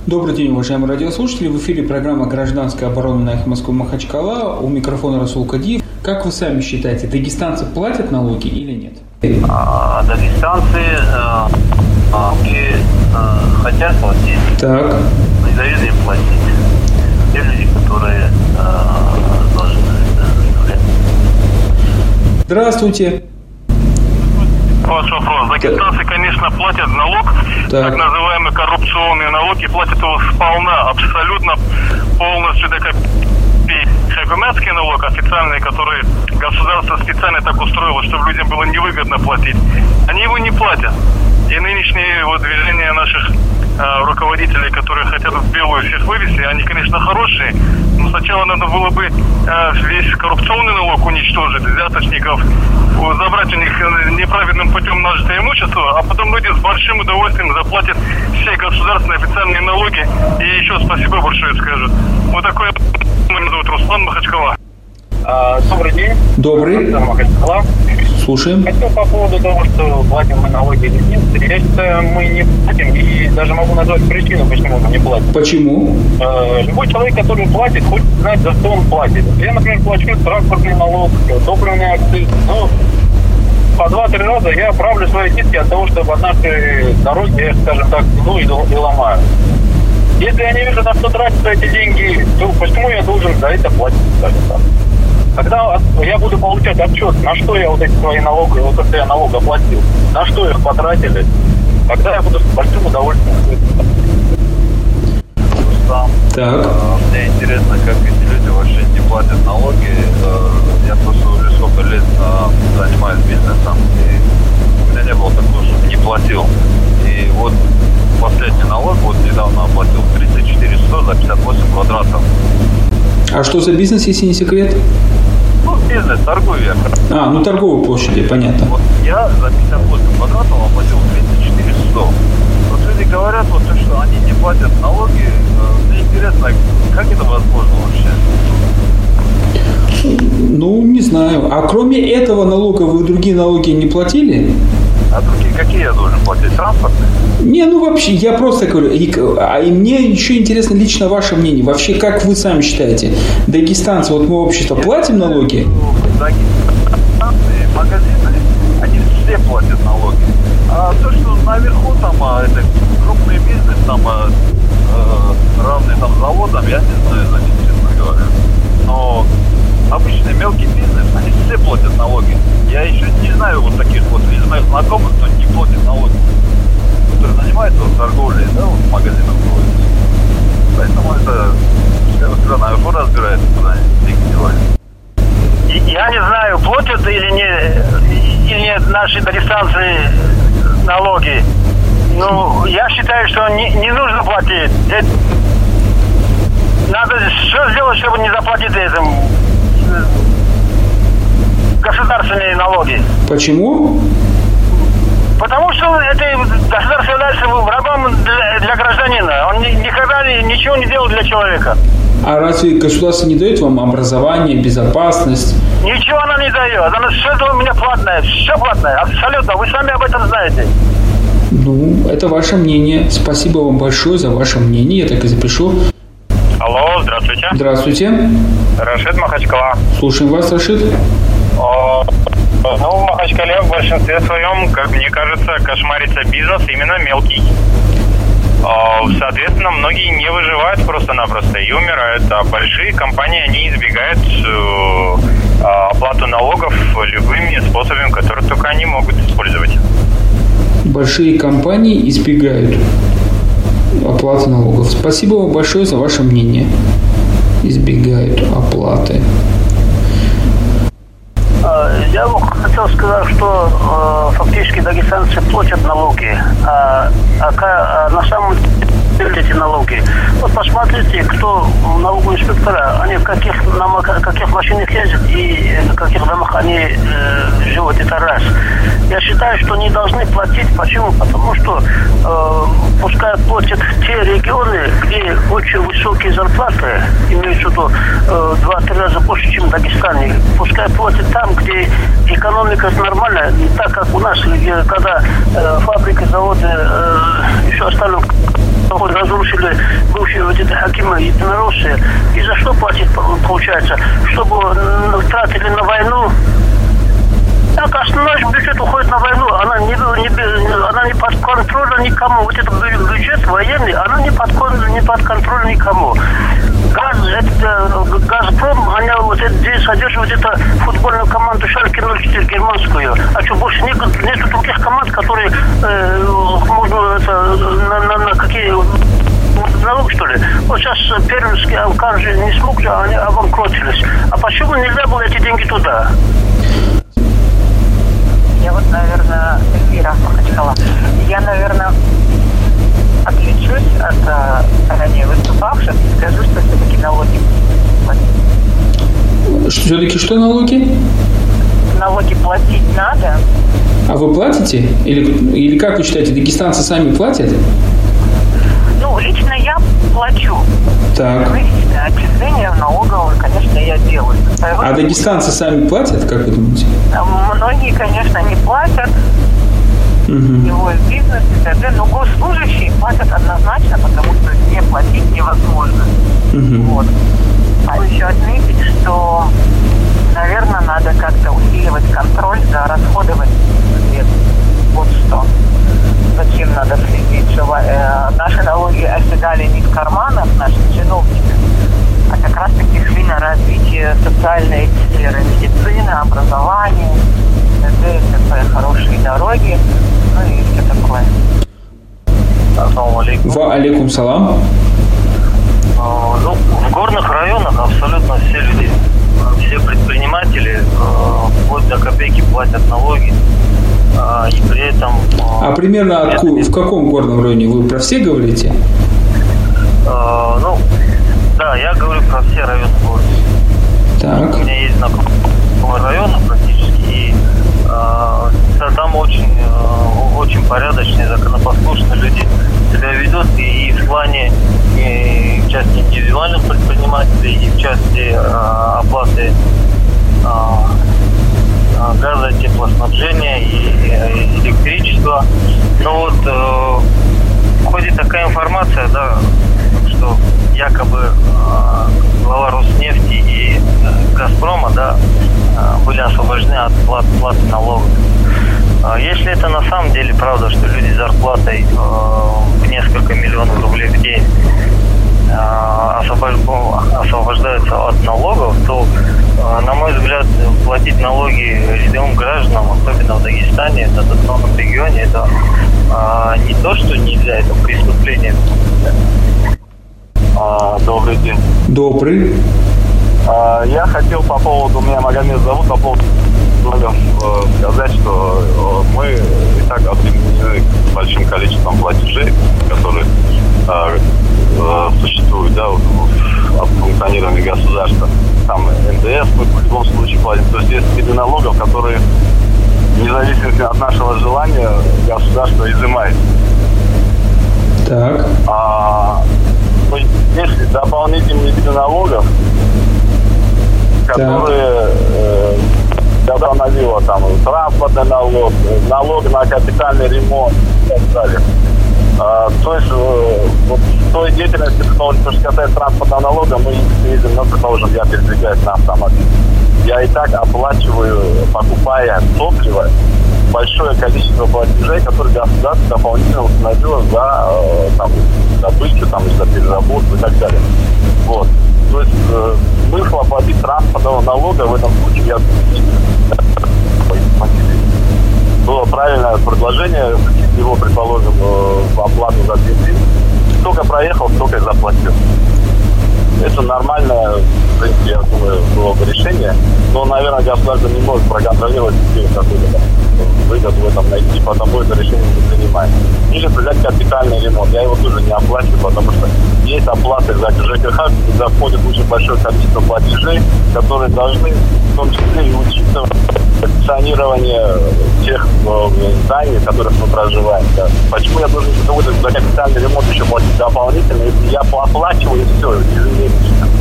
Добрый день, уважаемые радиослушатели. В эфире программа «Гражданская оборона» на Эхо Москвы Махачкала. У микрофона Расул Кадиев. Как вы сами считаете, дагестанцы платят налоги или нет? Дагестанцы хотят платить. Так. Не завидуем им платить. Те люди, которые должны заставлять. Здравствуйте. Ваш вопрос. Дагестанцы, конечно, платят налог, так называемые коррупционные налоги, платят его сполна, абсолютно полностью до копейки. Гуманский налог официальный, который государство специально так устроило, чтобы людям было невыгодно платить, они его не платят. И нынешние движения наших руководителей, которые хотят в белую всех вывести, они, конечно, хорошие, но сначала надо было бы весь коррупционный налог уничтожить, взяточников, забрать у них неправедным путем нажитое имущество, а потом люди с большим удовольствием заплатят все государственные официальные налоги и еще спасибо большое скажут. Вот такое. Меня зовут Руслан, Махачкала. Добрый день. Добрый. Махачкала. Слушаем. Хотел по поводу того, что платим мы налоги или нет. Я считаю, мы не платим, и даже могу назвать причину, почему мы не платим. Почему? Любой человек, который платит, хочет знать, за что он платит. Я, например, плачу транспортный налог, топливный акциз, но по 2-3 раза я правлю свои диски от того, что под нашей дороге, скажем так, иду и ломаю. Если я не вижу, на что тратятся эти деньги, то почему я должен за это платить, скажем так? Когда я буду получать отчет, на что я вот эти свои налоги, вот это я налог оплатил, на что их потратили, тогда я буду с большим удовольствием. Так. Мне интересно, как эти люди вообще не платят налоги. Я просто уже сколько лет занимаюсь бизнесом, и у меня не было такого, чтобы не платил. И вот последний налог, вот недавно оплатил 34 100 за 58 квадратов. А что за бизнес, если не секрет? Ну, бизнес, торгую я. Ну торговые площади, понятно. Вот я за 58 квадратов оплатил 34 100. Вот люди говорят, вот, что они не платят налоги. Мне интересно, как это возможно вообще? Ну, не знаю. А кроме этого налога вы другие налоги не платили? А другие какие я должен платить? Транспортные? Не, ну вообще, я просто говорю, и мне еще интересно лично ваше мнение. Вообще, как вы сами считаете, дагестанцы, вот мы общество платим налоги? Дагестанцы, магазины, они все платят налоги. А то, что наверху там, это крупный бизнес, там, равный там заводам, я не знаю, за них, честно говоря. Но обычный мелкий бизнес, они все платят налоги. Я еще не знаю вот таких вот из моих знакомых, кто не платит налоги, которые занимаются вот торговлей, да, вот в магазинах ходят. Поэтому это все наверху разбирается, куда деньги девают. Я не знаю, платят или нет наши дагестанцы налоги. Ну, я считаю, что не нужно платить. Надо что сделать, чтобы не заплатить этим государственные налоги. Почему? Потому что это государство является врагом для гражданина. Он никогда ничего не делал для человека. А разве государство не дает вам образование, безопасность? Ничего оно не дает. Оно все у меня платное. Все платное. Абсолютно. Вы сами об этом знаете. Ну, это ваше мнение. Спасибо вам большое за ваше мнение. Я так и запишу. Алло, здравствуйте. Здравствуйте. Рашид, Махачкала. Слушаем вас, Рашид. Ну, в Махачкале в большинстве своем, как мне кажется, кошмарится бизнес именно мелкий. Соответственно, многие не выживают просто-напросто и умирают. А большие компании, они избегают оплату налогов любыми способами, которые только они могут использовать. Большие компании избегают оплаты налогов. Спасибо вам большое за ваше мнение. Избегают оплаты. Я бы хотел сказать, что фактически дагестанцы платят налоги, а на самом деле эти налоги. Вот посмотрите, кто налоговые инспектора, они в каких машинах ездят и в каких домах они живут, это раз. Я считаю, что не должны платить. Почему? Потому что пускай платят те регионы, где очень высокие зарплаты, имеются в виду 2-3 раза больше, чем в Дагестане. Пускай платят там, где экономика нормальная, не так, как у нас, где, когда фабрики, заводы, еще остальное разрушили бывшие вот эти хакимы единороссы. И за что платить, получается? Чтобы тратили на войну. Так, наш бюджет уходит на войну, она не под контролем никому. Вот этот бюджет военный, она не под контролем никому. Газпром, они вот здесь содержат эту футбольную команду Шальке 04 германскую. А что, больше нету других команд, которые можно на какие налог, что ли? Вот сейчас Пермский Алкар же не смог, они обанкротились. А почему нельзя было эти деньги туда? Я вот, наверное, Эльвира Махачкала. Я, наверное, отличусь от ранее выступавших и скажу, что все-таки налоги платить. Все-таки что налоги? Налоги платить надо. А вы платите? Или как вы считаете, дагестанцы сами платят? Ну, лично я плачу. Так. Отчисления налоговые, конечно, я делаю. А дагестанцы сами платят, как вы думаете? Многие, конечно, не платят. Его бизнес и так далее. Но госслужащие платят однозначно, потому что не платить невозможно. Вот. А еще отметить, что, наверное, надо как-то усиливать контроль за расходованием средств. Вот что. Зачем надо следить, чтобы наши налоги оседали не в карманах наших чиновников, а как раз-таки шли на развитие социальной сферы, медицины, образования, хорошие дороги, ну и все такое. Ассаламу алейкум. Ва алейкум салам. Ну, в горных районах абсолютно все люди, все предприниматели вплоть до копейки платят налоги. И при этом... А примерно в каком горном районе? Вы про все говорите? Ну, да, я говорю про все районы города. Так. У меня есть знакомые районы практически, и там очень порядочные, законопослушные люди себя ведут, и в плане и в части индивидуальных предпринимателей, и в части оплаты газа, теплоснабжения и электричества. Но вот ходит такая информация, да, что якобы глава Роснефти и Газпрома, да, были освобождены от платы налогов. Если это на самом деле правда, что люди с зарплатой в несколько миллионов рублей в день освобождаются от налогов, то, на мой взгляд, платить налоги рядовым гражданам, особенно в Дагестане, в дотационном регионе, это не то, что нельзя, это преступление. Добрый день. Добрый. Я хотел по поводу, меня Магомед зовут, по поводу сказать, что мы и так обременены большим количеством платежей, которые существуют, да, в функционировании государства. Там НДС мы в любом случае платим. То есть есть виды налогов, которые, независимо от нашего желания, государство изымает. Так. Есть дополнительные виды налогов, которые установила там транспортный налог, налог на капитальный ремонт и так далее. То есть вот в той деятельности, что касается транспортного налога, мы ездим, предположим, я передвигаюсь на автомобиле. Я и так оплачиваю, покупая топливо, большое количество платежей, которые государство дополнительно установило за добычу, за переработку и так далее. Вот. То есть смысл оплатить транспортного налога в этом случае я было правильное предложение, его, предположим, в оплату за бензин. Сколько проехал, столько и заплатил. Это нормальное, в принципе, я думаю, было бы решение. Но, наверное, государство не может проконтролировать какую-то выгоду в этом найти, потому это решение не принимает. Или взять капитальный ремонт. Я его тоже не оплачиваю, потому что есть оплаты за ЖКХ, куда входит очень большое количество платежей, которые должны в том числе и учитывать функционирование тех зданий, в которых мы проживаем. Да. Почему я должен за капитальный ремонт еще платить дополнительно, если я оплачиваю и все, извините.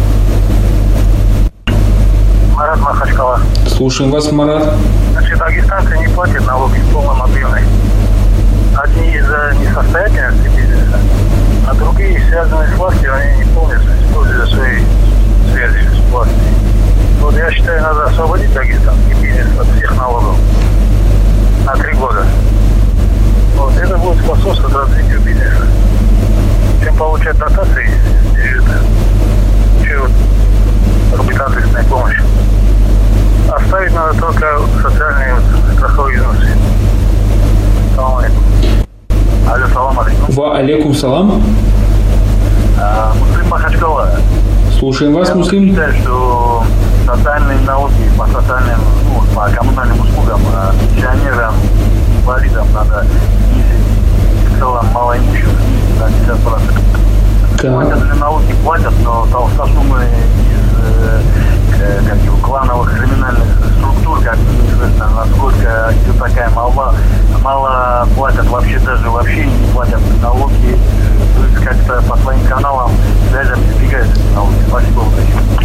Марат Махачкала. Слушаем вас, Марат. Значит, дагестанцы не платят налоги в полном объеме. Одни из-за несостоятельности бизнеса, А другие, связанные с властью, они не полностью используют свои связи с властью. Вот я считаю, надо освободить дагестанский бизнес от всех налогов на 3 года. Вот это будет способствовать развитию бизнеса. Чем получать дотации из бюджета, чем рубль-адресная помощь. Оставить надо только социальные страховые взносы. Салам алейкум. Алло, салам алейкум. Ва алейкум салам. Муслим Махачкала. Слушаем вас, Муслим. Я считаю, что социальные налоги по социальным, по коммунальным услугам, пенсионерам, инвалидам надо снизить, в целом малоимущим снизить на 50%. Платят ли налоги, платят, но толстосумы из клановых криминальных структур, как неизвестно, насколько идет такая молва, мало платят, вообще не платят налоги, то есть как-то по своим каналам